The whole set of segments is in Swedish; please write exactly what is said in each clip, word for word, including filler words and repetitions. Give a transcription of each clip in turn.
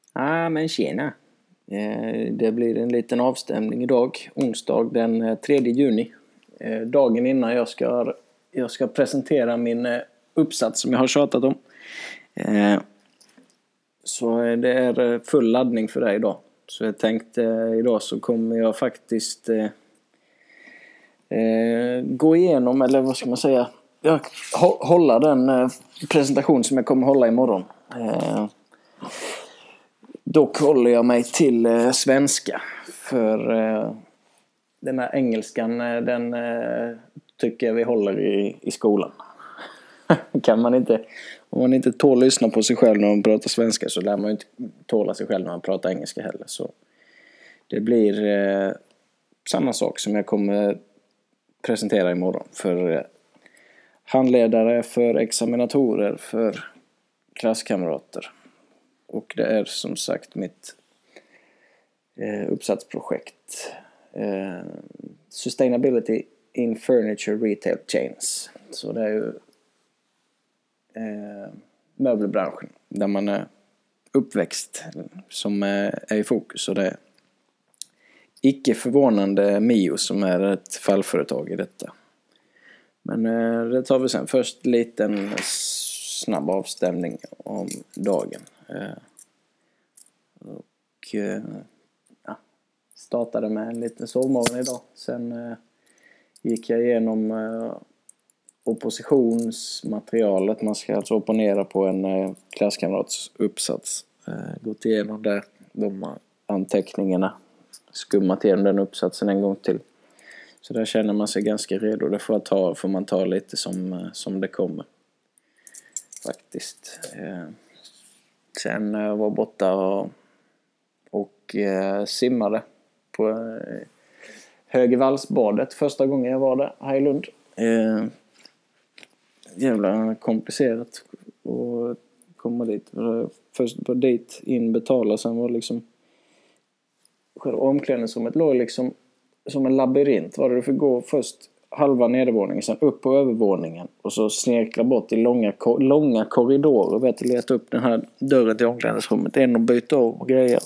Ah, men tjena. Det blir en liten avstämning idag, onsdag den tredje juni. Dagen innan jag ska, jag ska presentera min uppsats som jag har tjatat om. Så det är full laddning för det idag. Så jag tänkte idag så kommer jag faktiskt gå igenom, eller vad ska man säga, jag hålla den presentation som jag kommer hålla imorgon. Dock håller jag mig till eh, svenska, för eh, den här engelskan, eh, den eh, tycker jag vi håller i, i skolan. Kan man inte, om man inte tål lyssna på sig själv när man pratar svenska, så lär man ju inte tåla sig själv när man pratar engelska heller. Så det blir eh, samma sak som jag kommer presentera imorgon för eh, handledare, för examinatorer, för klasskamrater. Och det är som sagt mitt eh, uppsatsprojekt. Eh, Sustainability in Furniture Retail Chains. Så det är ju eh, möbelbranschen där man är uppväxt som är, är i fokus. Och det är icke förvånande Mio som är ett fallföretag i detta. Men eh, det tar vi sen. Först liten snabb avstämning om dagen. Och ja, startade med en liten sovmorgon idag. Sen eh, gick jag igenom eh, oppositionsmaterialet. Man ska alltså opponera på en eh, klasskamrats uppsats. Eh, gått igenom där, de anteckningarna. Skummat igenom den uppsatsen en gång till. Så där känner man sig ganska redo. Det får, ta, får man ta lite som, som det kommer. Faktiskt. Eh, Sen var jag borta och, och eh, simmade på eh, Högevallsbadet första gången jag var där här i Lund. Eh, jävla komplicerat att komma dit. Först var dit in, betala, sen var liksom själva omklädningsrummet låg liksom som en labyrint. Var det du fick gå först halva nedervåningen, sen upp på övervåningen och så snirkla bort i långa, långa korridorer. Vet du, leta upp den här dörren till omklädningsrummet, en och byta av och grejer.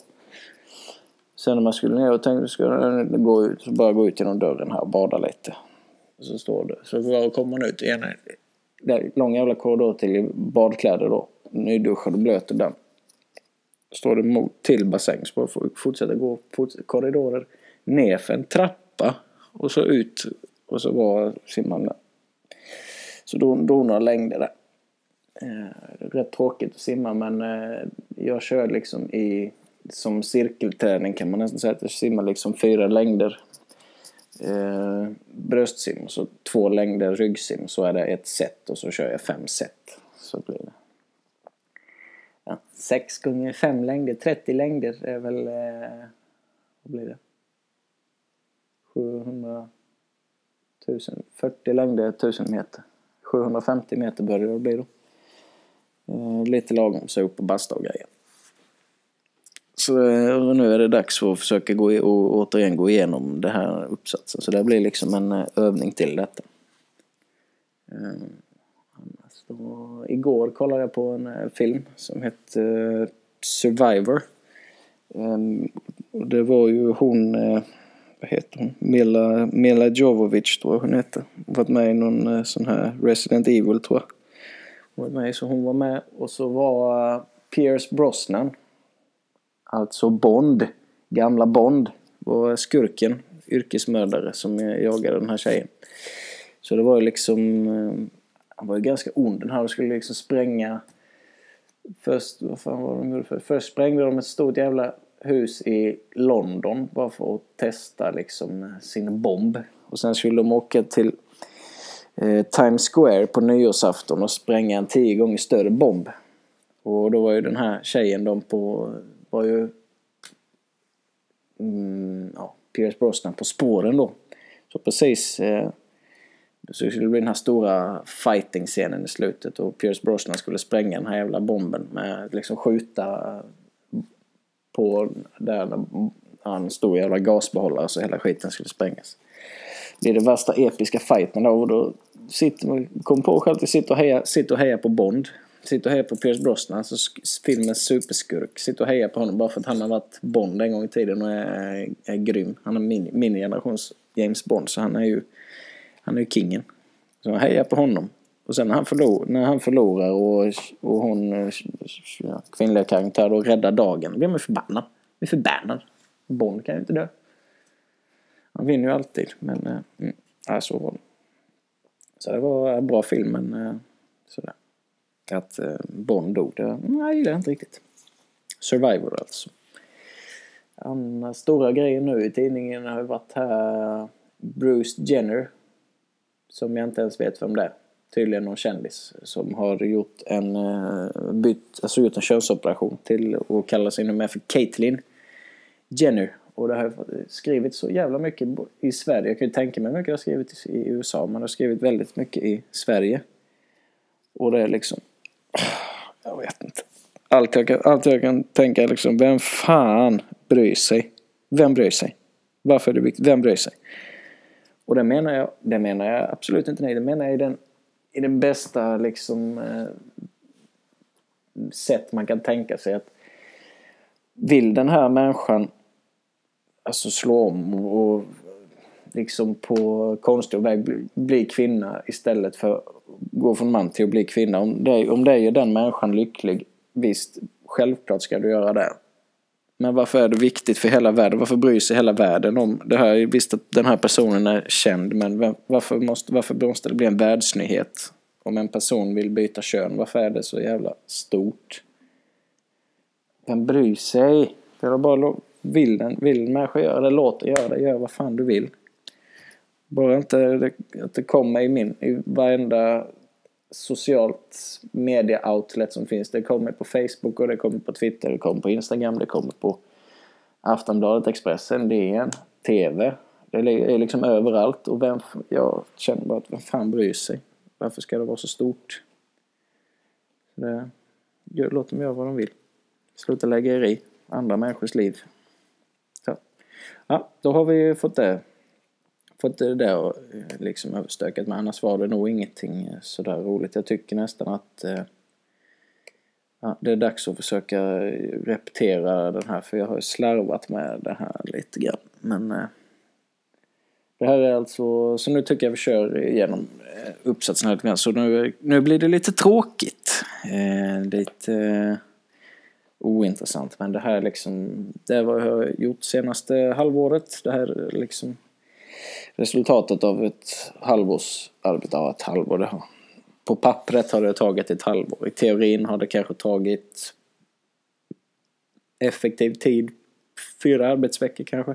Sen när man skulle ner och tänkte skulle gå ut, så bara gå ut genom dörren här och bada lite. Och så står det, så var kommer man ut igen, där långa jävla korridor till badkläder då, nyduschad och blöt och den. Står det mot till bassäng, så bara får fortsätta gå fortsätta korridorer ner för en trappa och så ut. Och så var simman där. Så då, då några längder där. Eh, rätt tråkigt att simma, men eh, jag kör liksom i som cirkelträning kan man nästan säga, att jag simmar liksom fyra längder eh, bröstsim, så två längder ryggsim, så är det ett set och så kör jag fem set. Så blir det. Ja, sex gånger fem längder, trettio längder är väl eh, vad blir det? sjuhundra tusen, fyrtio längder, tusen meter. sjuhundrafemtio meter börjar det bli då. Eh, lite lagom så upp på basta och grejer. Så eh, nu är det dags att försöka gå i, och återigen gå igenom det här uppsatsen. Så det blir liksom en eh, övning till detta. Eh, så, igår kollade jag på en eh, film som heter eh, Survivor. Eh, och det var ju hon... Eh, vad heter hon? Mila, Mila Jovovich tror jag hon heter. Hon varit med i någon eh, sån här Resident Evil tror jag. Hon var med, så hon var med. Och så var uh, Pierce Brosnan, alltså Bond, gamla Bond, var skurken, yrkesmördare som jagade den här tjejen. Så det var ju liksom, uh, han var ju ganska ond den här, och skulle liksom spränga först, vad fan var de för? Först sprängde de ett stort jävla hus i London bara för att testa liksom sin bomb. Och sen skulle de åka till eh, Times Square på nyårsafton och spränga en tio gånger större bomb. Och då var ju den här tjejen de på var ju mm, ja, Pierce Brosnan på spåren då. Så precis eh, så skulle det bli den här stora fighting-scenen i slutet, och Pierce Brosnan skulle spränga den här jävla bomben med liksom skjuta på där han stod jävla gasbehållare så hela skiten skulle sprängas. Det är det värsta episka fighten då, och då sitter man, kom på själv att sitta och heja, sitta och heja på Bond. Sitter och hejar på Pierce Brosnan, alltså filmens superskurk. Sitter och hejar på honom bara för att han har varit Bond en gång i tiden och är, är grym. Han är min, min generations James Bond, så han är ju han är ju kingen. Så jag hejar på honom. Och sen när han, förlor, när han förlorar och, och hon, ja, kvinnliga karaktär, då räddar dagen, blir man förbannad. Vi är förbannad. Bond kan ju inte dö. Han vinner ju alltid, men mm, ja, så var det. Så det var en bra film, men äh, sådär. Att äh, Bond dog, det, nej, det är inte riktigt. Survivor alltså. Den stora grejen nu i tidningen har varit här Bruce Jenner, som jag inte ens vet vem det är. Tydligen någon kändis som har gjort en äh, bytt, alltså gjort en könsoperation till och kallar sig nu med för Caitlyn Jenner. Och det har skrivit så jävla mycket i Sverige. Jag kan ju tänka mig mycket det har skrivit i U S A. Men det har skrivit väldigt mycket i Sverige. Och det är liksom... Jag vet inte. Allt jag kan, allt jag kan tänka är liksom... Vem fan bryr sig? Vem bryr sig? Varför är det viktigt? Vem bryr sig? Och det menar jag... Det menar jag absolut inte. Nej, det menar jag i den, i den bästa liksom... Eh, sätt man kan tänka sig att... Vill den här människan... Alltså slå om och liksom på konstig väg bli, bli kvinna istället för att gå från man till att bli kvinna. Om det, om det är den människan lycklig, visst, självklart ska du göra det. Men varför är det viktigt för hela världen? Varför bryr sig hela världen om det här? Visst att den här personen är känd, men varför måste, varför måste det bli en världsnyhet om en person vill byta kön? Varför är det så jävla stort? Vem bryr sig? Det är bara... Vill den, vill en människa göra det, låt det göra det, gör vad fan du vill. Bara inte det, att det kommer i min, i varenda socialt media outlet som finns. Det kommer på Facebook och det kommer på Twitter, det kommer på Instagram, det kommer på Aftonbladet, Expressen, D N, T V. Det är liksom överallt och vem, jag känner bara att vem fan bryr sig? Varför ska det vara så stort? Det, låt dem göra vad de vill. Sluta lägga er i andra människors liv. Så. Ja, då har vi fått det fått det där liksom överstökat, men annars var det nog ingenting sådär roligt. Jag tycker nästan att eh, ja, det är dags att försöka repetera den här, för jag har slarvat med det här lite grann. Men eh, det här är alltså, så nu tycker jag vi kör igenom eh, uppsatsen här lite grann. Så nu, nu blir det lite tråkigt. Eh, lite... Eh, ointressant, men det här liksom, det är vad jag har gjort senaste halvåret. Det här är liksom resultatet av ett halvårsarbete. Ja, ett halvår det har. På pappret har det tagit ett halvår. I teorin har det kanske tagit effektiv tid fyra arbetsveckor kanske.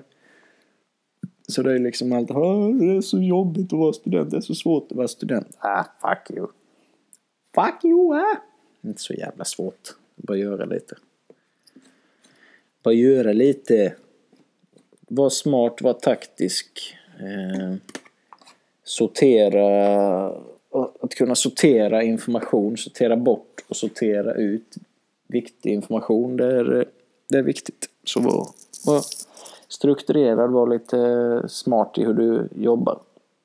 Så det är liksom allt, det är så jobbigt att vara student, det är så svårt att vara student. Ah, fuck you. Fuck you, ah. Inte så jävla svårt. Bara göra lite. Bara göra lite. Var smart, var taktisk. Eh, sortera. Att kunna sortera information. Sortera bort och sortera ut viktig information. Det är, det är viktigt. Så var, var strukturerad. Var lite smart i hur du jobbar.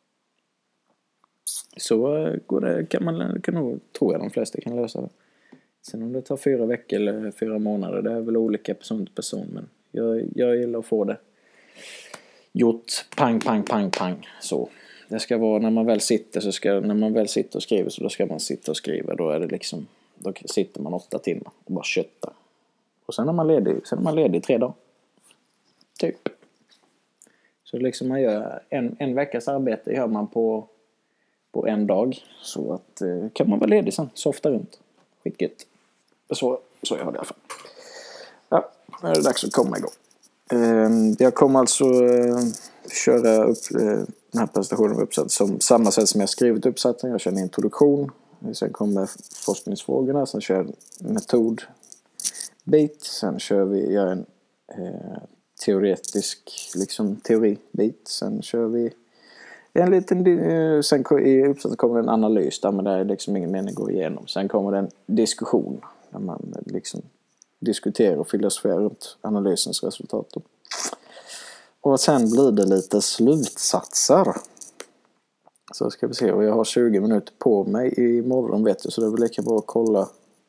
Så går det, kan man kan nog, tror jag de flesta kan lösa det. Sen om det tar fyra veckor eller fyra månader, det är väl olika person till person. Men jag, jag gillar att få det gjort pang, pang, pang, pang. Så det ska vara när man väl sitter så ska, när man väl sitter och skriver så då ska man sitta och skriva. Då är det liksom, då sitter man åtta timmar och bara köttar. Och sen är man ledig, sen är man ledig tre dagar. Typ. Så liksom man gör en, en veckas arbete gör man på, på en dag. Så att kan man vara ledig sen, softa runt. Skitgött. Så, så jag har det i alla fall. Ja, nu är det dags att komma igång. Jag kommer alltså köra upp den här presentationen uppsatt som samma sätt som jag skrivit uppsatsen. Jag kör en introduktion. Sen kommer forskningsfrågorna. Sen kör jag metodbit. Sen kör vi gör en eh, teoretisk liksom teoribit. Sen kör vi en liten, sen i uppsatsen kommer en analys där, men det är liksom ingen mening att gå igenom. Sen kommer det en diskussion där man liksom diskuterar och filosoferar runt analysens resultat. Och sen blir det lite slutsatser. Så ska vi se, och jag har tjugo minuter på mig imorgon vet jag, så det är väl lika bra att kolla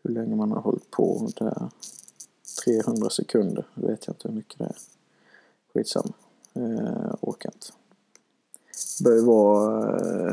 hur länge man har hållit på. Det är trehundra sekunder. Jag vet jag inte hur mycket det är. Skitsamma. Eh, orkar inte. Det bör ju vara... Eh,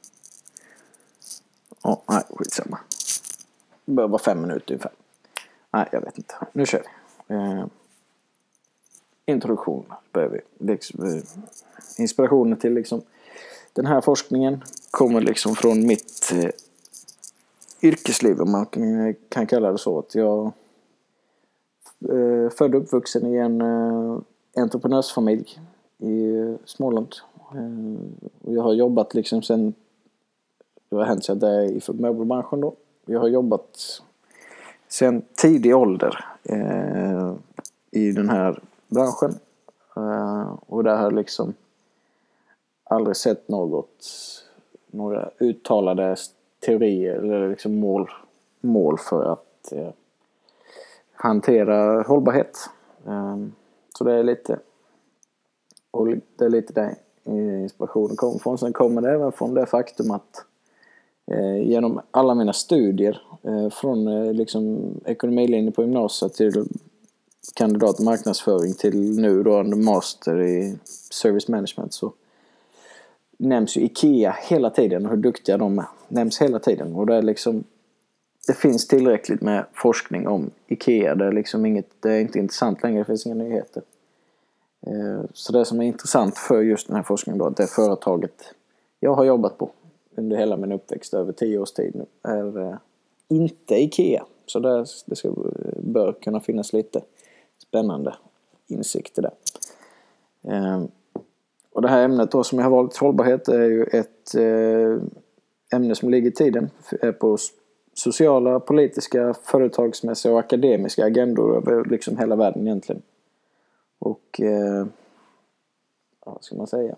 oh, nej, skitsamma. Det bör vara fem minuter ungefär. Nej, jag vet inte. Nu kör vi. Eh, introduktion behöver vi. Liksom, eh, inspirationen till liksom den här forskningen kommer liksom från mitt eh, yrkesliv, om man kan, kan kalla det så. Att jag eh, född och uppvuxen i en eh, entreprenörsfamilj i Småland. Eh, och jag har jobbat liksom sen, det har hänt sig att det är i möbelbranschen då. Jag har jobbat sen tidig ålder eh, i den här branschen. Eh, och där har liksom aldrig sett något, några uttalade teorier eller liksom mål, mål för att eh, hantera hållbarhet. Eh, så det är lite, och det är lite där inspirationen kommer från. Sen kommer det även från det faktum att eh, genom alla mina studier eh, från eh, liksom ekonomilinje på gymnasiet till kandidat marknadsföring till nu då en master i service management, så nämns ju IKEA hela tiden och hur duktiga de är. Nämns hela tiden. Och det är liksom, det finns tillräckligt med forskning om IKEA. Det är liksom inget, det är inte intressant längre. Det finns inga nyheter. Så det som är intressant för just den här forskningen då, att det företaget jag har jobbat på under hela min uppväxt över tio års tid nu är inte IKEA. Så det, det ska, bör kunna finnas lite spännande insikter där. Och det här ämnet då som jag har valt, hållbarhet, är ju ett eh, ämne som ligger i tiden. Är på sociala, politiska, företagsmässiga och akademiska agendor över liksom hela världen egentligen. Och eh, vad ska man säga?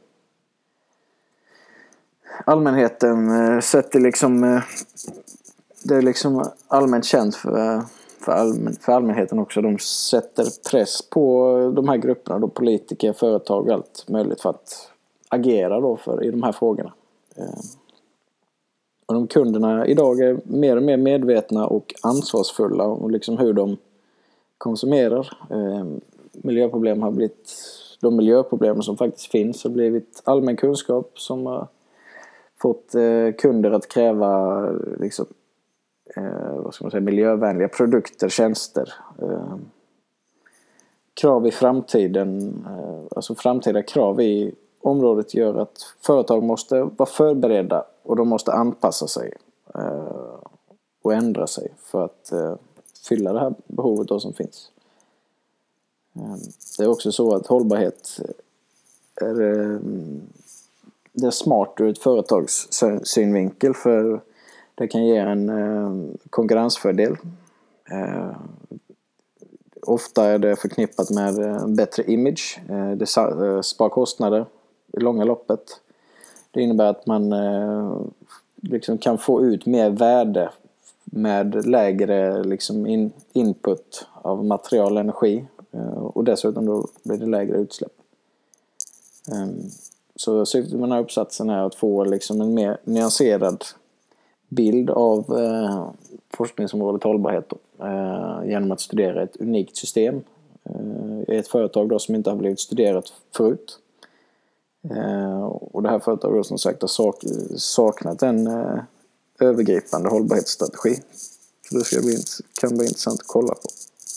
Allmänheten eh, sätter liksom, eh, det är liksom allmänt känt för, för, allmän, för allmänheten också. De sätter press på de här grupperna, då politiker, företag och allt möjligt för att agera då för, i de här frågorna. Eh, och de kunderna idag är mer och mer medvetna och ansvarsfulla om liksom hur de konsumerar. Eh, miljöproblem har blivit, de miljöproblem som faktiskt finns har blivit allmän kunskap som har fått eh, kunder att kräva liksom, eh, vad ska man säga, miljövänliga produkter, tjänster. Eh, krav i framtiden, eh, alltså framtida krav i området gör att företag måste vara förberedda och de måste anpassa sig eh, och ändra sig för att eh, fylla det här behovet då som finns. Eh, det är också så att hållbarhet är, eh, det är smart ur ett företags synvinkel, för det kan ge en eh, konkurrensfördel. Eh, ofta är det förknippat med eh, bättre image. Eh, det eh, spar kostnader i långa loppet. Det innebär att man eh, liksom kan få ut mer värde med lägre liksom in, input av material och energi. Eh, och dessutom då blir det lägre utsläpp. Eh, så syftet med den här uppsatsen är att få liksom en mer nyanserad bild av eh, forskningsområdet hållbarhet då, eh, genom att studera ett unikt system eh, i ett företag då som inte har blivit studerat förut. Eh, och det här företaget då som sagt har sak, saknat en eh, övergripande hållbarhetsstrategi. Så det ska bli, kan bli intressant att kolla på.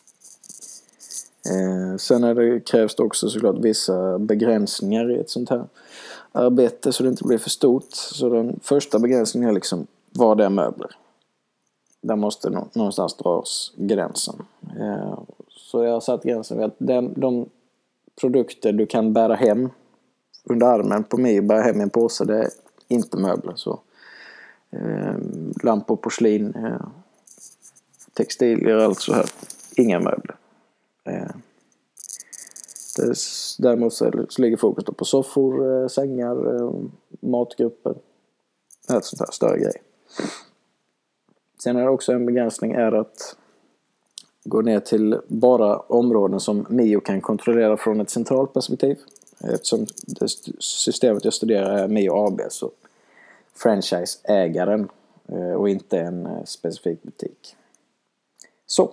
Eh, sen är det, krävs det också såklart vissa begränsningar i ett sånt här arbete så det inte blir för stort. Så den första begränsningen är liksom, vad det är möbler. Där måste nå, någonstans dras gränsen. Eh, så jag har satt gränsen vid att den, de produkter du kan bära hem under armen på mig och bära hem i en påse, det är inte möbler. Så eh, lampor, porslin, eh, textilier, allt så här. Inga möbler. Eh, det, däremot så ligger fokus på soffor, eh, sängar, eh, matgrupper. Ett sånt här större grej. Sen är det också en begränsning är att gå ner till bara områden som Mio kan kontrollera från ett centralt perspektiv. Eftersom det systemet jag studerar är Mio A B, så franchise-ägaren och inte en specifik butik. Så,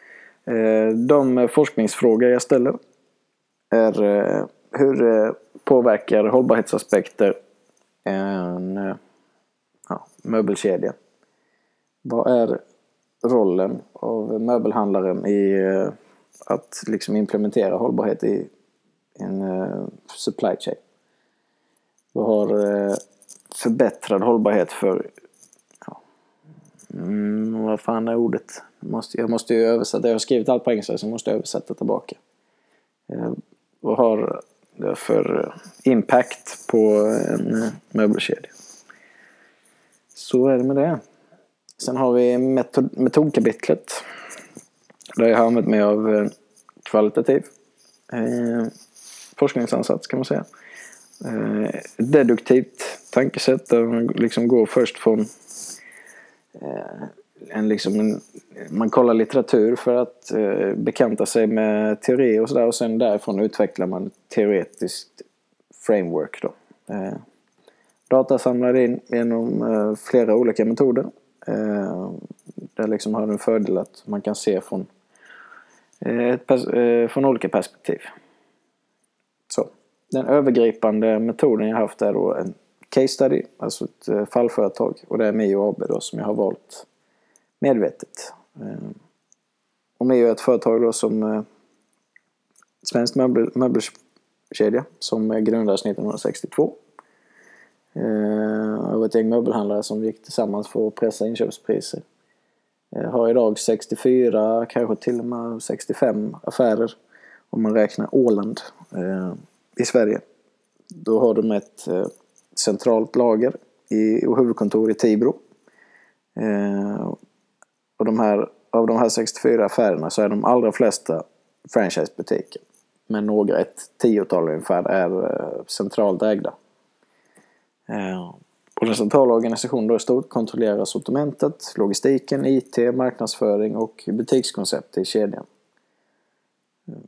de forskningsfrågor jag ställer är hur påverkar hållbarhetsaspekter en ja, möbelkedja? Vad är rollen av möbelhandlaren i att liksom implementera hållbarhet i en supply chain? Vad har förbättrad hållbarhet för ja, mm, vad fan är ordet? Jag måste, jag måste ju översätta. Jag har skrivit allt på engelska så jag måste översätta tillbaka. Eh, vad har det för impact på en möbelkedja? Så är det med det. Sen har vi metod, metodkapitlet. Där jag har använt mig av kvalitativ eh, forskningsansats kan man säga. Eh, deduktivt tankesätt där man liksom går först från eh, en liksom en, man kollar litteratur för att eh, bekanta sig med teori och sådär, och sen därifrån utvecklar man teoretiskt framework då. Eh, data samlar in genom eh, flera olika metoder. Eh, det liksom har en fördel att man kan se från, eh, ett pers- eh, från olika perspektiv. Så. Den övergripande metoden jag haft är då en case study, alltså ett eh, fallföretag, och det är Mio A B då som jag har valt medvetet. Och Mio är ett företag då som eh, svensk möbel, möbelkedja som grundades nittonhundrasextiotvå. Eh, och ett gäng möbelhandlare som gick tillsammans för att pressa inköpspriser. Eh, har idag sextiofyra, kanske till och med sextiofem affärer om man räknar Åland eh, i Sverige. Då har de ett eh, centralt lager i, och huvudkontor i Tibro. Eh, och de här, av de här sextiofyra affärerna så är de allra flesta franchisebutiker. Men några, ett tiotal ungefär, är eh, centralt ägda. Eh, och den centrala organisationen då är stort, kontrollerar sortimentet, logistiken, I T, marknadsföring och butikskoncept i kedjan. Mm.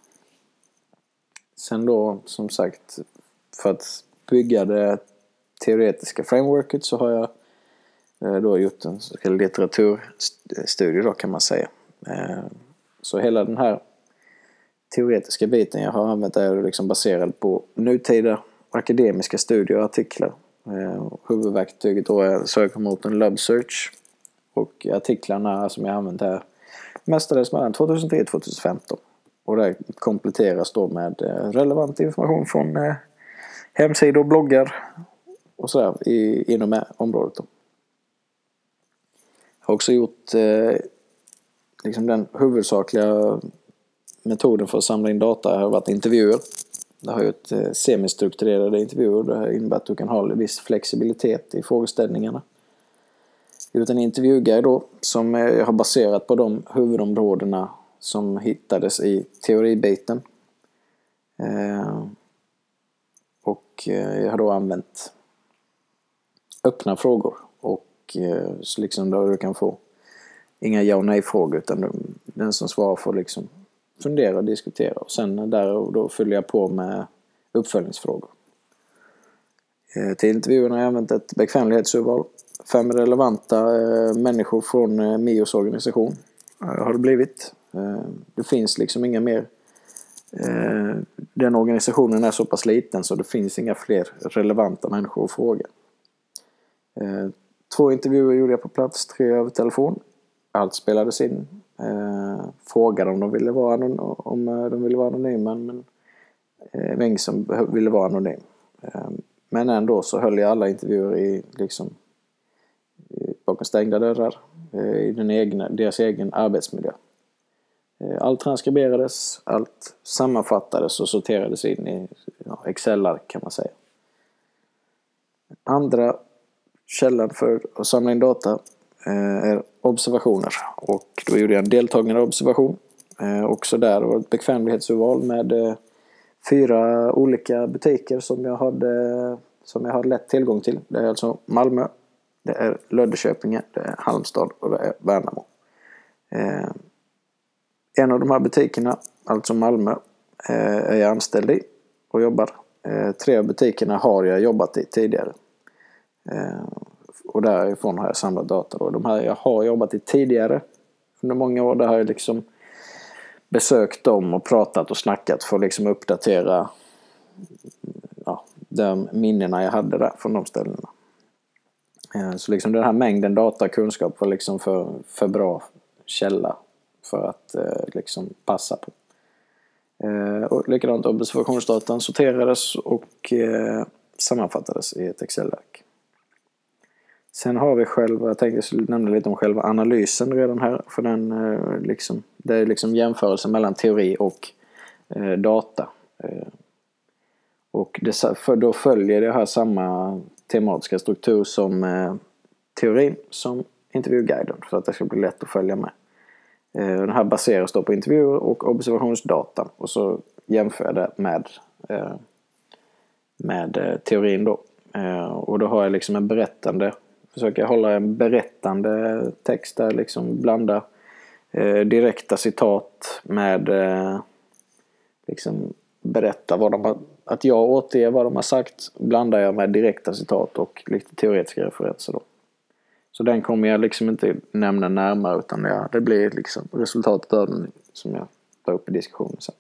Sen då, som sagt, för att bygga det teoretiska frameworket så har jag eh, då gjort en så kallad litteraturstudie då kan man säga. Eh, så hela den här teoretiska biten jag har använt är liksom baserad på nutida akademiska studier och artiklar. Eh, huvudverktyget då är sökmotorn LoveSearch, och artiklarna som jag använt här mestadels mellan tjugohundratre till tjugohundrafemton. Och det kompletteras då med relevant information från eh, hemsidor, bloggar och sådär i, inom området då. Jag har också gjort eh, liksom den huvudsakliga metoden för att samla in data har varit intervjuer. Det har gjort eh, semistrukturerade intervjuer. Det här innebär att du kan ha en viss flexibilitet i frågeställningarna. Jag har gjort en intervjuguide då som jag har baserat på de huvudområdena som hittades i teoribiten. Eh, och eh, jag har då använt öppna frågor. Och eh, så liksom då du kan få inga ja och nej frågor, utan den som svarar får liksom fundera och diskutera. Och sen där och då fyller jag på med uppföljningsfrågor. Eh, till intervjuerna har jag använt ett bekvämlighetsurval. Fem relevanta eh, människor från eh, Mios organisation eh, har det blivit. Det finns liksom inga mer, den organisationen är så pass liten så det finns inga fler relevanta människor att fråga. Två intervjuer gjorde jag på plats, tre över telefon. Allt spelades in. Frågade om de ville vara anonym, om de ville vara anonyma, men ingen som ville vara anonym. Men ändå så höll jag alla intervjuer i liksom bakom stängda dörrar i den egna, deras egen arbetsmiljö. Allt transkriberades, allt sammanfattades och sorterades in i ja, Excel-ark kan man säga. Andra källan för att samla in data eh, är observationer. Och då gjorde jag en deltagande observation. Eh, också där var ett bekvämlighetsurval med eh, fyra olika butiker som jag hade, som jag hade lätt tillgång till. Det är alltså Malmö, det är Löddeköpinge, det är Halmstad och det är Värnamo. Eh, En av de här butikerna, alltså Malmö, är jag anställd i och jobbar. Tre av butikerna har jag jobbat i tidigare. Och därifrån har jag samlat data. Då. De här jag har jobbat i tidigare under många år. Där har jag liksom besökt dem och pratat och snackat för att liksom uppdatera ja, de minnena jag hade där från de ställena. Så liksom den här mängden data och kunskap var liksom för, för bra källa för att liksom passa på. Och likadant observationsdatan sorterades och sammanfattades i ett Excel-ark. Sen har vi själva, jag tänkte jag skulle nämna lite om själva analysen redan här. För den, liksom, det är liksom jämförelse mellan teori och eh, data. Eh, och det, för då följer det här samma tematiska struktur som eh, teorin som intervjuguiden. Så att det ska bli lätt att följa med. Eh, den här baseras då på intervjuer och observationsdata. Och så jämför jag det med, eh, med eh, teorin då. Eh, och då har jag liksom en berättande försöker hålla en berättande text där, liksom blanda eh, direkta citat med eh, liksom berätta vad de har, att jag återger vad de har sagt, blandar jag med direkta citat och lite teoretiska referenser då. Så den kommer jag liksom inte nämna närmare, utan det, det blir liksom resultatet av den som jag tar upp i diskussionen sen.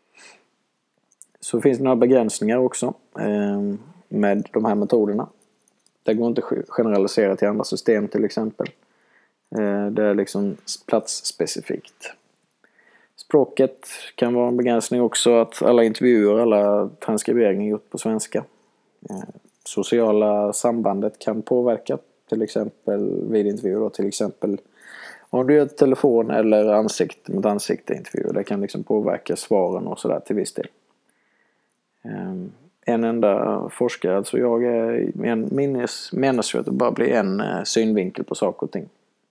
Så finns det några begränsningar också eh, med de här metoderna. Det går inte generalisera till andra system till exempel. Det är liksom platsspecifikt. Språket kan vara en begränsning också, att alla intervjuer, alla transkriberingar är gjort på svenska. Sociala sambandet kan påverka, till exempel vid intervjuer då, till exempel om du gör telefon eller ansikte mot ansikte intervjuer. Det kan liksom påverka svaren och sådär till viss del. En enda forskare, alltså jag är en minnes, menas ju att det bara blir en synvinkel på saker och ting.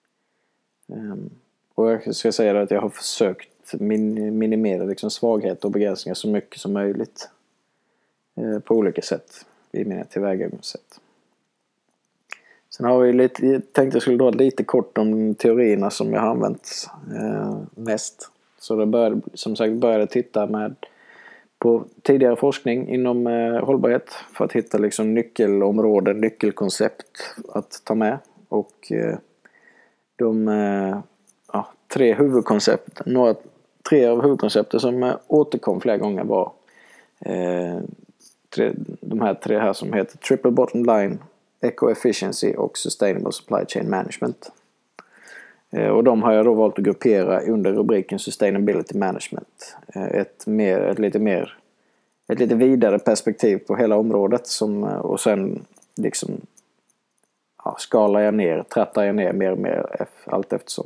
Och jag ska säga att jag har försökt min, minimera liksom svagheter och begränsningar så mycket som möjligt på olika sätt i mina tillvägagångssätt. Sen har vi lite, jag tänkte jag skulle dra lite kort om teorierna som jag har använt eh, mest. Så det började, som sagt började titta med på tidigare forskning inom eh, hållbarhet för att hitta liksom nyckelområden, nyckelkoncept att ta med. Och eh, de eh, ja, tre huvudkoncept, några, tre av huvudkoncepten som eh, återkom flera gånger var eh, tre, de här tre här som heter Triple Bottom Line, Eco-Efficiency och Sustainable Supply Chain Management. Eh, och de har jag då valt att gruppera under rubriken Sustainability Management. Eh, ett, mer, ett lite mer ett lite vidare perspektiv på hela området som, och sen liksom ja, skalar jag ner, trattar jag ner mer och mer allt eftersom.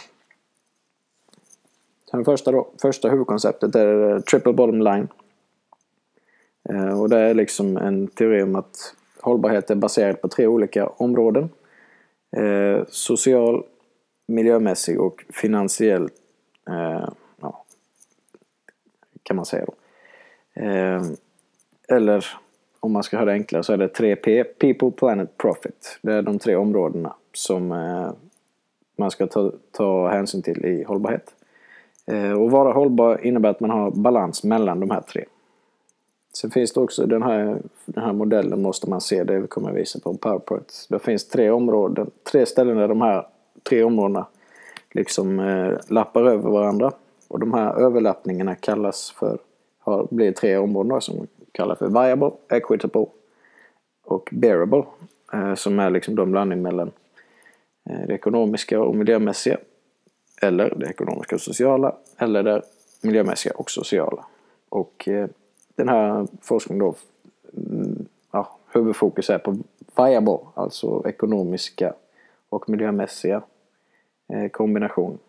Sen första, då, första huvudkonceptet är Triple Bottom Line. Eh, och det är liksom en teori om att hållbarhet är baserad på tre olika områden. Eh, social, miljömässig och finansiell eh, ja, kan man säga då. Eh, eller om man ska ha det enklare så är det tre P, People, Planet, Profit. Det är de tre områdena som eh, man ska ta, ta hänsyn till i hållbarhet. Eh, och vara hållbar innebär att man har balans mellan de här tre. Sen finns det också den här, den här modellen måste man se, det kommer jag visa på PowerPoint. Det finns tre områden, tre ställen där de här tre områdena liksom eh, lappar över varandra. Och de här överlappningarna kallas för, har, blir tre områden som kallas för viable, equitable och bearable. Eh, som är liksom de blandning mellan eh, det ekonomiska och miljömässiga. Eller det ekonomiska och sociala. Eller det miljömässiga och sociala. Och eh, den här forskningen då, ja, huvudfokus är på viable, alltså ekonomiska och miljömässiga eh, kombination.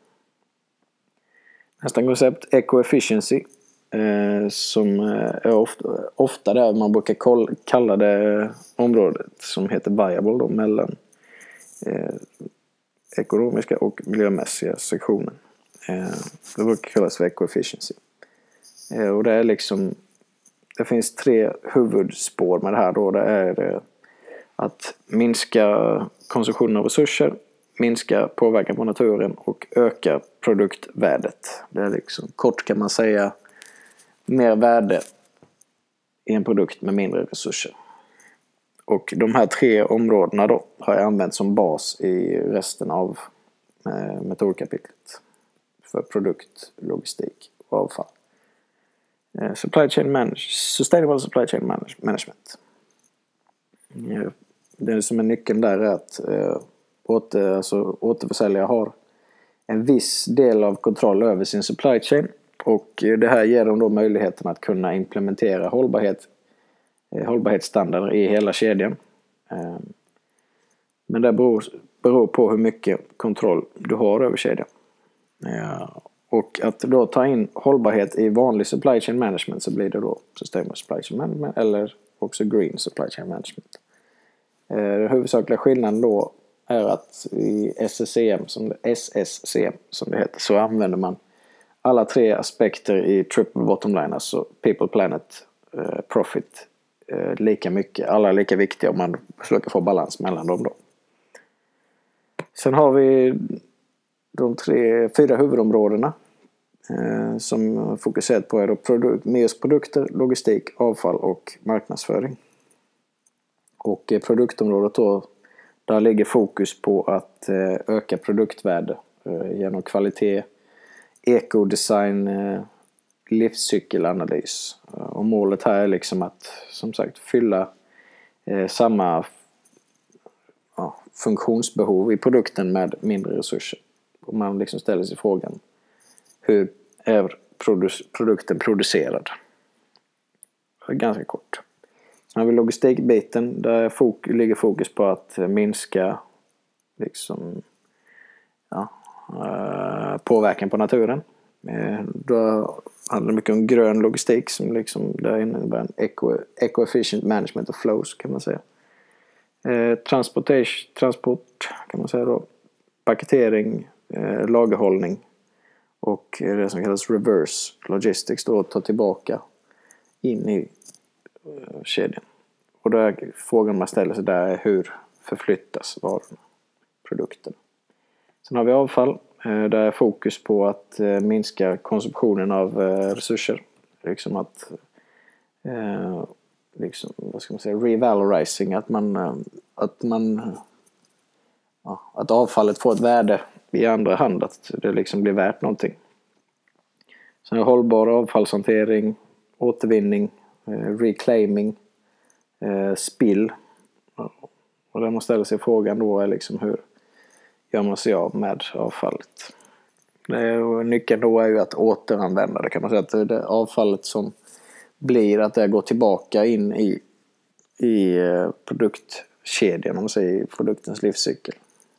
Nästa koncept, eco-efficiency, eh, som är ofta, ofta där man brukar koll, kalla det området som heter viable då, mellan eh, ekonomiska och miljömässiga sektionen. Eh, det brukar kallas för eco-efficiency. Eh, och det är liksom Det finns tre huvudspår med det här då. Det är att minska konsumtionen av resurser, minska påverkan på naturen och öka produktvärdet. Det är liksom, kort kan man säga, mer värde i en produkt med mindre resurser. Och de här tre områdena då har jag använt som bas i resten av metodkapitlet för produkt, logistik och avfall. Supply chain manage, sustainable supply chain management. Det som är nyckeln där är att åter, alltså, återförsäljare har en viss del av kontroll över sin supply chain, och det här ger dem då möjligheten att kunna implementera hållbarhet, hållbarhetsstandarder i hela kedjan. Men det beror, beror på hur mycket kontroll du har över kedjan. Och att då ta in hållbarhet i vanlig supply chain management, så blir det då sustainable supply chain management eller också green supply chain management. Den huvudsakliga skillnaden då är att i S S C M, som det, S S C M som det heter, så använder man alla tre aspekter i triple bottom line, alltså people, planet, eh, profit, eh, lika mycket. Alla är lika viktiga om man försöker få balans mellan dem då. Sen har vi de tre, fyra huvudområdena eh, som fokuserat på är då produkt, M E S produkter, logistik, avfall och marknadsföring. Och eh, produktområdet då, där ligger fokus på att eh, öka produktvärde eh, genom kvalitet, ekodesign, eh, livscykelanalys. Och målet här är liksom att, som sagt, fylla eh, samma ja, funktionsbehov i produkten med mindre resurser. Och man liksom ställer sig frågan, hur är produ- produkten producerad? Ganska kort. Sen har vi logistikbiten, där fok- ligger fokus på att minska liksom, ja, uh, påverkan på naturen. Uh, då handlar det mycket om grön logistik, som liksom, där innebär en eco, eco-efficient management of flows, kan man säga. Uh, transportation, transport kan man säga då. Paketering, uh, lagerhållning och det som kallas reverse logistics, då att ta tillbaka in i kedjan. Och där frågan man ställer sig där är, hur förflyttas varorna, produkten. Sen har vi avfall, där är fokus på att minska konsumtionen av resurser, liksom att liksom, vad ska man säga, revalorizing, att man att man ja, att avfallet får ett värde i andra hand, att det liksom blir värt någonting. Sen har vi hållbar avfallshantering, återvinning, reclaiming, eh, spill. Och där man ställer sig frågan då är liksom, hur gör man sig av med avfallet? Det är, nyckeln då är ju att återanvända det, kan man säga, att det avfallet som blir, att det går tillbaka in i, i produktkedjan, om man säger, i produktens livscykel.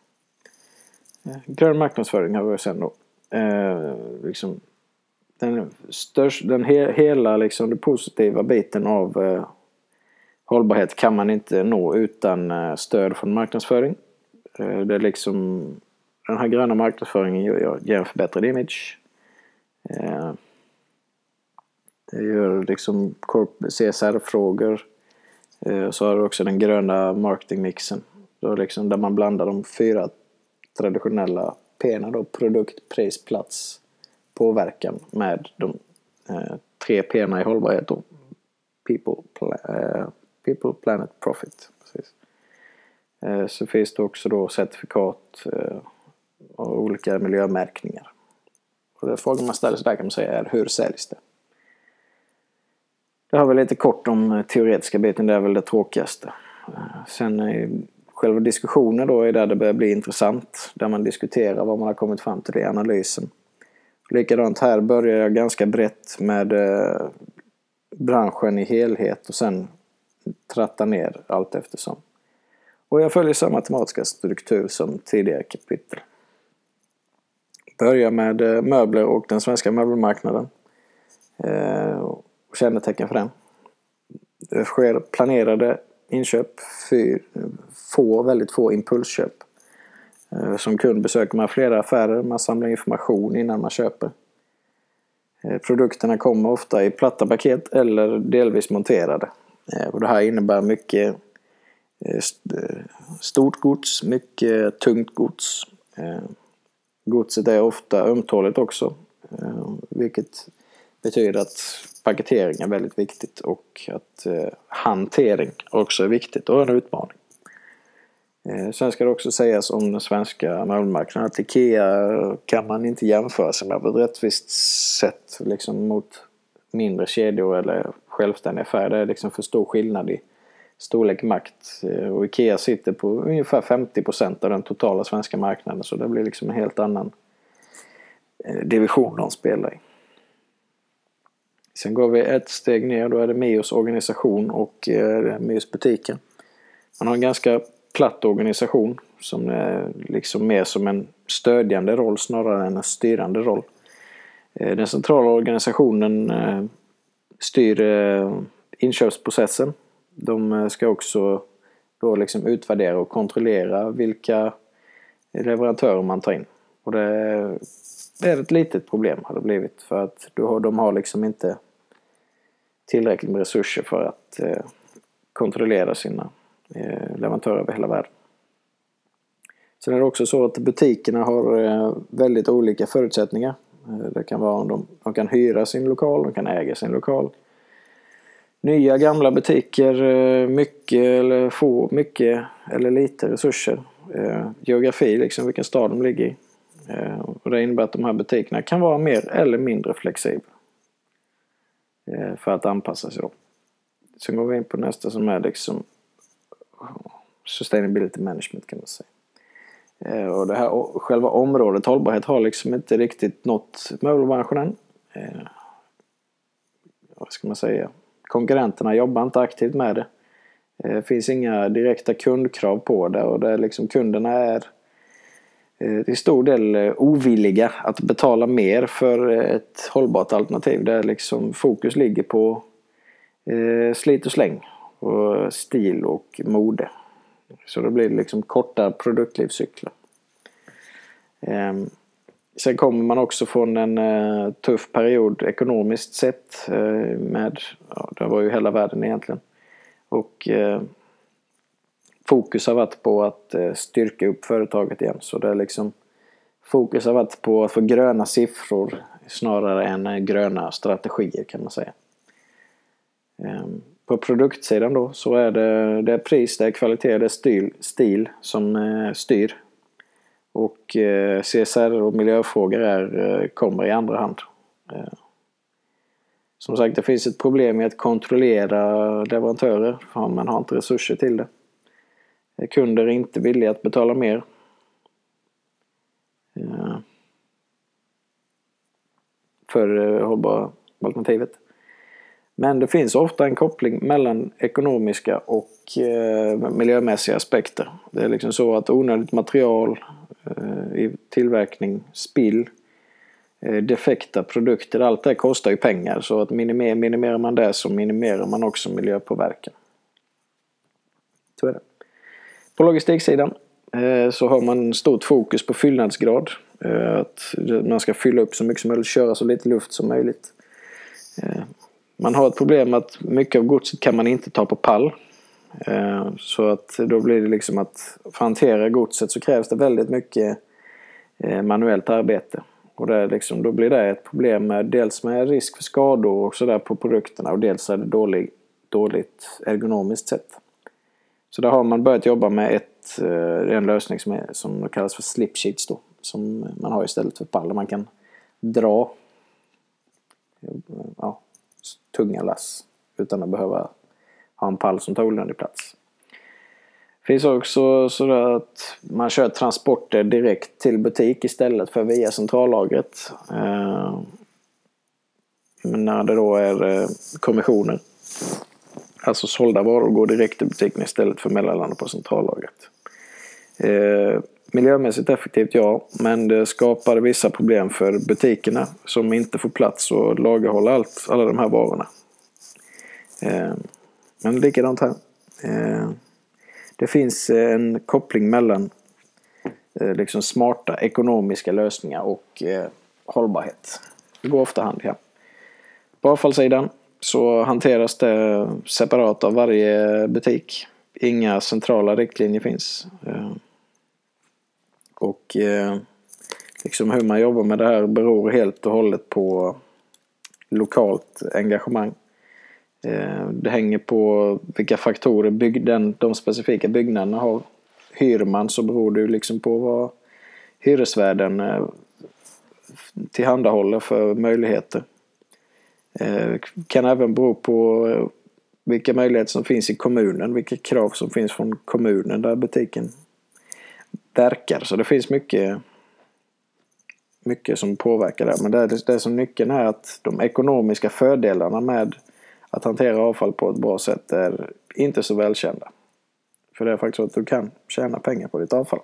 Grön marknadsföring har vi sen då. Eh, liksom Den, störst, den he, hela liksom, den positiva biten av eh, hållbarhet kan man inte nå utan eh, stöd från marknadsföring. Eh, det är liksom, den här gröna marknadsföringen ger, ger en förbättrad image. Eh, det gör liksom C S R-frågor. Eh, så har du också den gröna marketingmixen. Då liksom, där man blandar de fyra traditionella P:na då, produkt, pris, plats, påverkan, med de eh, tre P:na i hållbarhet då. People, pla- eh, people, planet, profit. Precis. Eh, så finns det också då certifikat eh, och olika miljömärkningar. Och det frågan man ställer sig där, kan man säga, är, hur säljs det? Det har vi lite kort om teoretiska biten, det är väl det tråkigaste. Eh, sen eh, själva diskussionen då är där det börjar bli intressant, där man diskuterar vad man har kommit fram till i analysen. Likadant här börjar jag ganska brett med eh, branschen i helhet och sen tratta ner allt eftersom. Och jag följer samma matematiska struktur som tidigare kapitel. Börjar med eh, möbler och den svenska möbelmarknaden. Eh, och kännetecken för den. Det sker planerade inköp, för få, väldigt få impulsköp. Som kund besöker man flera affärer, man samlar information innan man köper. Produkterna kommer ofta i platta paket eller delvis monterade. Och det här innebär mycket stort gods, mycket tungt gods. Godset är ofta ömtåligt också, vilket betyder att paketering är väldigt viktigt och att hantering också är viktigt och en utmaning. Sen ska det också sägas om den svenska möbelmarknaden att IKEA kan man inte jämföra sig med på ett rättvist sätt liksom mot mindre kedjor eller självständiga affärer. Det är liksom för stor skillnad i storlek, makt, och IKEA sitter på ungefär femtio procent av den totala svenska marknaden, så det blir liksom en helt annan division de spelar i. Sen går vi ett steg ner, då är det Mios organisation och eh, Mios butiken. Man har en ganska platt organisation som är liksom mer som en stödjande roll snarare än en styrande roll. Eh, den centrala organisationen eh, styr eh, inköpsprocessen. De ska också då liksom utvärdera och kontrollera vilka leverantörer man tar in. Och det är ett litet problem har det blivit, för att de har liksom inte tillräckligt med resurser för att eh, kontrollera sina eh, leverantörer över hela världen. Sen är det också så att butikerna har eh, väldigt olika förutsättningar. Eh, det kan vara om de, de kan hyra sin lokal, de kan äga sin lokal. Nya, gamla butiker, eh, mycket eller få, mycket eller lite resurser. Eh, geografi, liksom vilken stad de ligger i. Eh, och det innebär att de här butikerna kan vara mer eller mindre flexibla för att anpassa sig då. Sen går vi in på nästa som är liksom sustainability management kan man säga. Och det här själva området hållbarhet har liksom inte riktigt nått möbelbranschen än. Vad ska man säga? Konkurrenterna jobbar inte aktivt med det. Det finns inga direkta kundkrav på det, och det är liksom kunderna är till stor del ovilliga att betala mer för ett hållbart alternativ. Där liksom fokus ligger på eh, slit och släng och stil och mode. Så det blir liksom korta produktlivscykler. Eh, sen kommer man också från en eh, tuff period ekonomiskt sett. Eh, med, ja, det var ju hela världen egentligen. Och eh, fokus har varit på att eh, styrka upp företaget igen. Så det är liksom fokus har varit på att få gröna siffror snarare än gröna strategier kan man säga. Um, på produktsidan då så är det, det är pris, det är kvalitet, det är stil, stil som eh, styr. Och eh, C S R och miljöfrågor är, eh, kommer i andra hand. Eh, som sagt, det finns ett problem i att kontrollera leverantörer, för man har inte resurser till det. Kunder är inte villiga att betala mer. Ja. För hållbara alternativet. Men det finns ofta en koppling mellan ekonomiska och eh, miljömässiga aspekter. Det är liksom så att onödigt material eh, i tillverkning, spill, eh, defekta produkter, allt det kostar ju pengar. Så att minimer, minimerar man det så minimerar man också miljöpåverkan. Så är det. På logistiksidan eh, så har man stort fokus på fyllnadsgrad. Eh, att man ska fylla upp så mycket som möjligt, köra så lite luft som möjligt. Eh, man har ett problem att mycket av godset kan man inte ta på pall. Eh, så att då blir det liksom att för att hantera godset så krävs det väldigt mycket eh, manuellt arbete. Och det är liksom, då blir det ett problem med, dels med risk för skador och så där på produkterna, och dels är det dålig, dåligt ergonomiskt sett. Så där har man börjat jobba med ett, en lösning som, är, som kallas för slip sheets då, som man har istället för pall. Man kan dra ja, tunga lass utan att behöva ha en pall som tar onödig plats. Det finns också så att man kör transporter direkt till butik istället för via centrallagret. Men när det då är kommissioner, alltså sålda varor, går direkt till butiken istället för mellanlanda på centrallagret. Eh, miljömässigt effektivt, ja, men det skapar vissa problem för butikerna som inte får plats och lagerhålla allt, alla de här varorna. Eh, men likadant här. Eh, det finns en koppling mellan eh, liksom smarta ekonomiska lösningar och eh, hållbarhet. Det går ofta hand i hand. På avfallssidan så hanteras det separat av varje butik. Inga centrala riktlinjer finns. Och liksom hur man jobbar med det här beror helt och hållet på lokalt engagemang. Det hänger på vilka faktorer bygg, den, de specifika byggnaderna har. hyr man så beror det ju liksom på vad hyresvärden eh, tillhandahåller för möjligheter. Eh, kan även bero på eh, vilka möjligheter som finns i kommunen, vilka krav som finns från kommunen där butiken verkar. Så det finns mycket mycket som påverkar det. Men det, det, det som nyckeln är att de ekonomiska fördelarna med att hantera avfall på ett bra sätt är inte så välkända. För det är faktiskt så att du kan tjäna pengar på ditt avfall.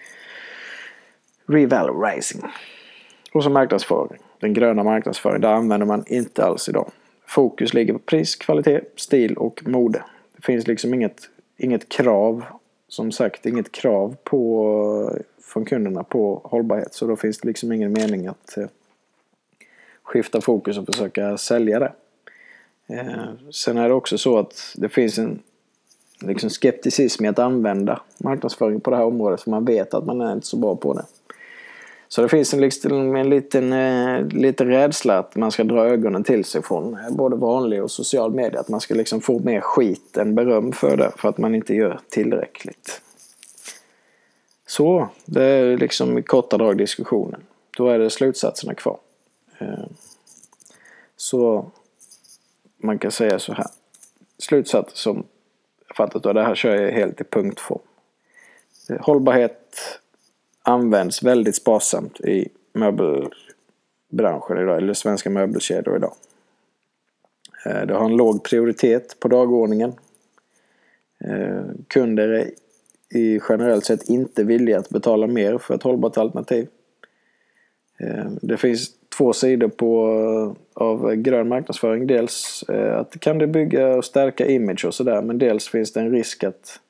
Revalorizing. Och så marknadsföring. Den gröna marknadsföringen, där använder man inte alls idag. Fokus ligger på pris, kvalitet, stil och mode. Det finns liksom inget, inget krav, som sagt, inget krav på, från kunderna på hållbarhet. Så då finns det liksom ingen mening att eh, skifta fokus och försöka sälja det. Eh, sen är det också så att det finns en liksom skepticism i att använda marknadsföring på det här området, för man vet att man är inte så bra på det. Så det finns en, liksom, en liten, eh, liten rädsla att man ska dra ögonen till sig från eh, både vanlig och social media. Att man ska liksom få mer skit än beröm för det, för att man inte gör tillräckligt. Så, det är liksom i korta drag diskussionen. Då är det slutsatserna kvar. Eh, så man kan säga så här. Slutsatser som jag fattat då, det här kör jag helt i punktform. Hållbarhet används väldigt sparsamt i möbelbranschen idag, eller svenska möbelkedjor idag. Det har en låg prioritet på dagordningen. Kunder är i generellt sett inte villiga att betala mer för ett hållbart alternativ. Det finns två sidor på, av grön marknadsföring. Dels att kan det bygga och stärka image och sådär, men dels finns det en risk att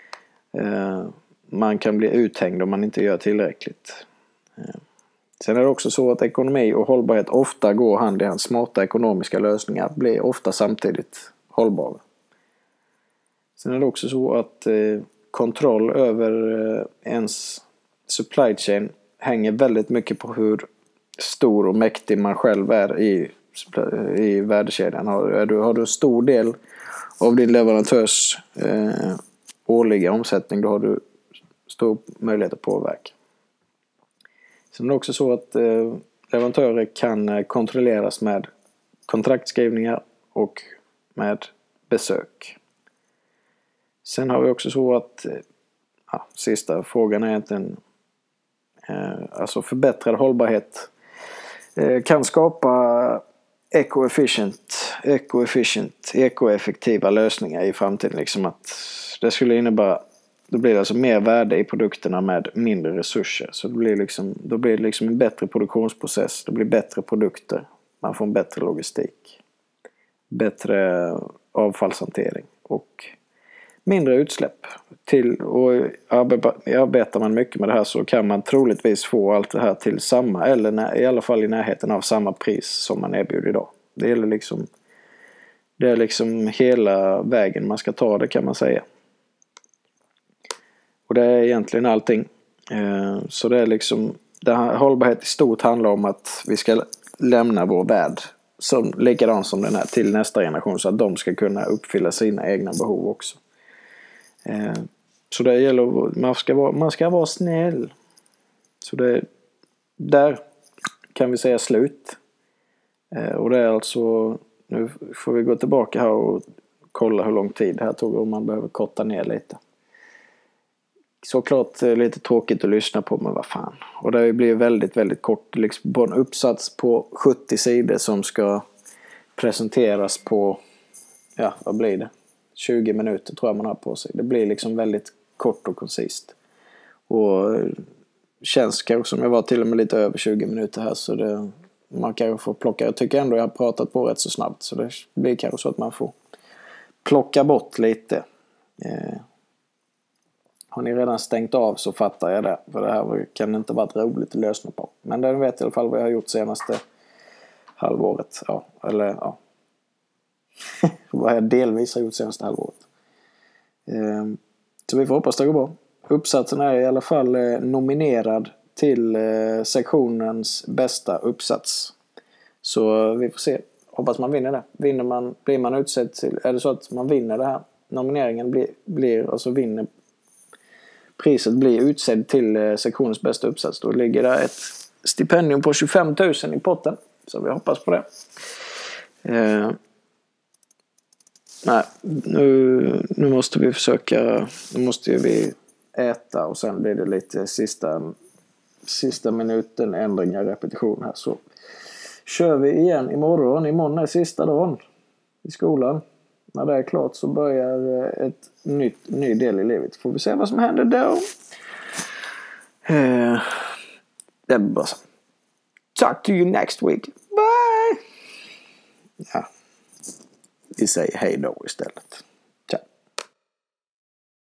man kan bli uthängd om man inte gör tillräckligt. Sen är det också så att ekonomi och hållbarhet ofta går hand i hand. Smarta ekonomiska lösningar blir ofta samtidigt hållbara. Sen är det också så att kontroll över ens supply chain hänger väldigt mycket på hur stor och mäktig man själv är i, i värdekedjan. Har du, har du en stor del av din leverantörs eh, årliga omsättning, då har du stor möjlighet att påverka. Sen är det också så att eh, leverantörer kan eh, kontrolleras med kontraktskrivningar och med besök. Sen har vi också så att eh, ja, sista frågan är egentligen eh, alltså förbättrad hållbarhet eh, kan skapa eco-efficient, eco-efficient, eco-effektiva lösningar i framtiden. Liksom att det skulle innebära, då blir det alltså mer värde i produkterna med mindre resurser. Så det blir liksom, då blir det liksom en bättre produktionsprocess. Det blir bättre produkter. Man får en bättre logistik. Bättre avfallshantering. Och mindre utsläpp. Till, och arbetar man mycket med det här så kan man troligtvis få allt det här till samma, eller när, i alla fall i närheten av samma pris som man erbjuder idag. Det är liksom, det är liksom hela vägen man ska ta det, kan man säga. Och det är egentligen allting. Så det är liksom, det här, hållbarhet i stort handlar om att vi ska lämna vår värld som, likadan som den här till nästa generation, så att de ska kunna uppfylla sina egna behov också. Så det gäller, man ska vara, man ska vara snäll. Så det, där kan vi säga slut. Och det är alltså, nu får vi gå tillbaka här och kolla hur lång tid det här tog, om man behöver korta ner lite. Såklart lite tråkigt att lyssna på, men vad fan. Och det blir väldigt, väldigt kort. Liksom på en uppsats på sjuttio sidor som ska presenteras på, ja, vad blir det? tjugo minuter tror jag man har på sig. Det blir liksom väldigt kort och koncist. Och känns kanske som jag var till och med lite över tjugo minuter här, så det, man kanske får plocka. Jag tycker ändå jag har pratat på rätt så snabbt, så det blir kanske så att man får plocka bort lite. Eh. Har ni redan stängt av så fattar jag det. För det här kan inte varit roligt att lösna på. Men den vet i alla fall vad jag har gjort senaste halvåret. Ja, eller ja. Vad jag delvis har gjort senaste halvåret. Ehm, så vi får hoppas det går bra. Uppsatsen är i alla fall eh, nominerad till eh, sektionens bästa uppsats. Så vi får se. Hoppas man vinner det. Vinner man, blir man utsedd till, är det så att man vinner det här, nomineringen blir, blir alltså vinner priset blir utsedd till eh, sektionens bästa uppsats. Då ligger det ett stipendium på tjugofem tusen i potten. Så vi hoppas på det. Eh, nej, nu, nu måste vi försöka, nu måste vi äta och sen blir det lite sista, sista minuten ändringar, repetition här. Så kör vi igen imorgon. Imorgon är sista dagen i skolan. När det är klart så börjar ett nytt, ny del i livet. Får vi se vad som händer då. Eh, det är bara så. Talk to you next week. Bye! Ja. Vi säger hej då istället.